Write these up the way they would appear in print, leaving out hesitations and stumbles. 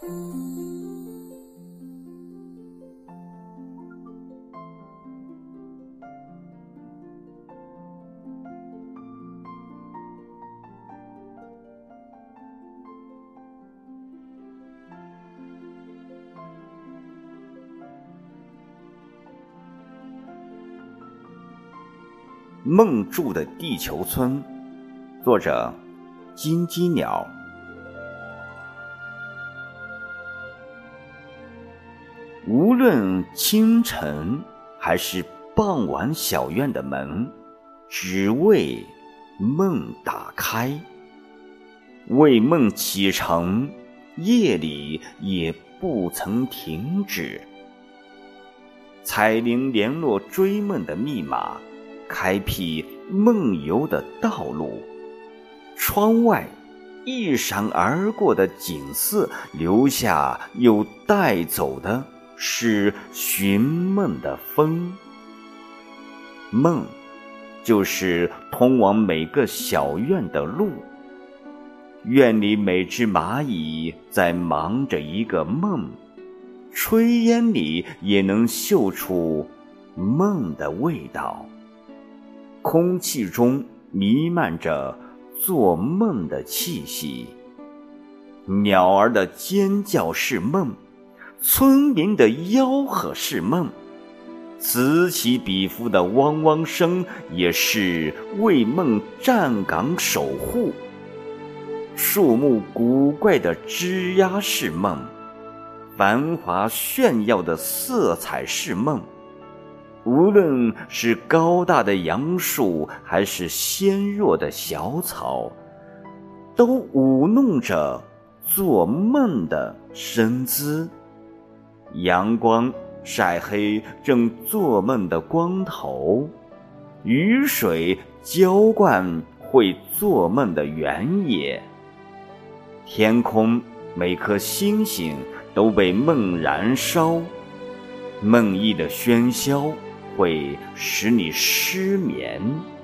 梦住的地球村，作者金鸡鸟。无论清晨还是傍晚，小院的门只为梦打开，为梦启程，夜里也不曾停止。彩铃联络追梦的密码，开辟梦游的道路。窗外一闪而过的景色，留下又带走的是寻梦的风。梦就是通往每个小院的路，院里每只蚂蚁在忙着一个梦，炊烟里也能嗅出梦的味道。空气中弥漫着做梦的气息，鸟儿的尖叫是梦，村民的吆喝是梦，此起彼伏的汪汪声也是为梦站岗守护。树木古怪的枝桠是梦，繁华炫耀的色彩是梦。无论是高大的杨树，还是纤弱的小草，都舞弄着做梦的身姿。阳光晒黑正做梦的光头，雨水浇灌会做梦的原野。天空每颗星星都被梦燃烧，梦呓的喧嚣会使你失眠。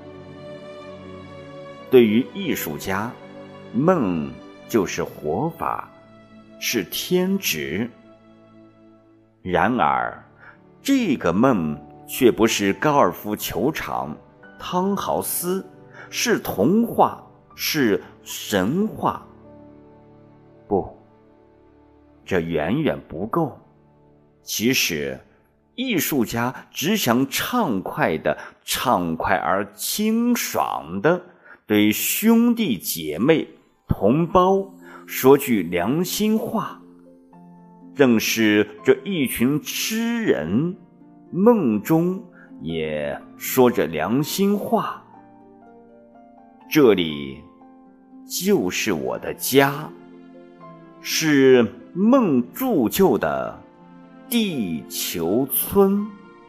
对于艺术家，梦就是活法，是天职。然而，这个梦却不是高尔夫球场、汤豪斯，是童话，是神话。不，这远远不够。其实艺术家只想畅快而清爽的对兄弟姐妹同胞说句良心话。正是这一群痴人，梦中也说着良心话。这里就是我的家，是梦铸就的地球村。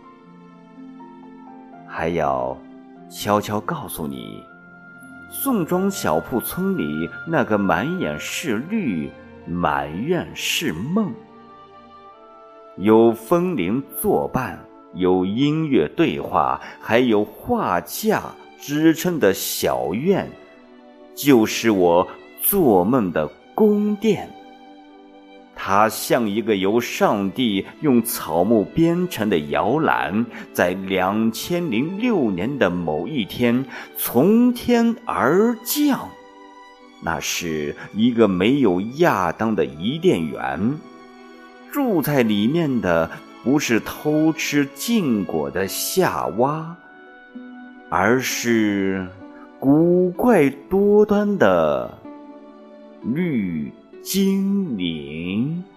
还要悄悄告诉你，宋庄小铺村里那个满眼是绿、满院是梦，有风铃作伴，有音乐对话，还有画架支撑的小院，就是我做梦的宫殿。它像一个由上帝用草木编成的摇篮，在2006年的某一天从天而降。那是一个没有亚当的伊甸园，住在里面的不是偷吃禁果的夏娃，而是古怪多端的绿精灵。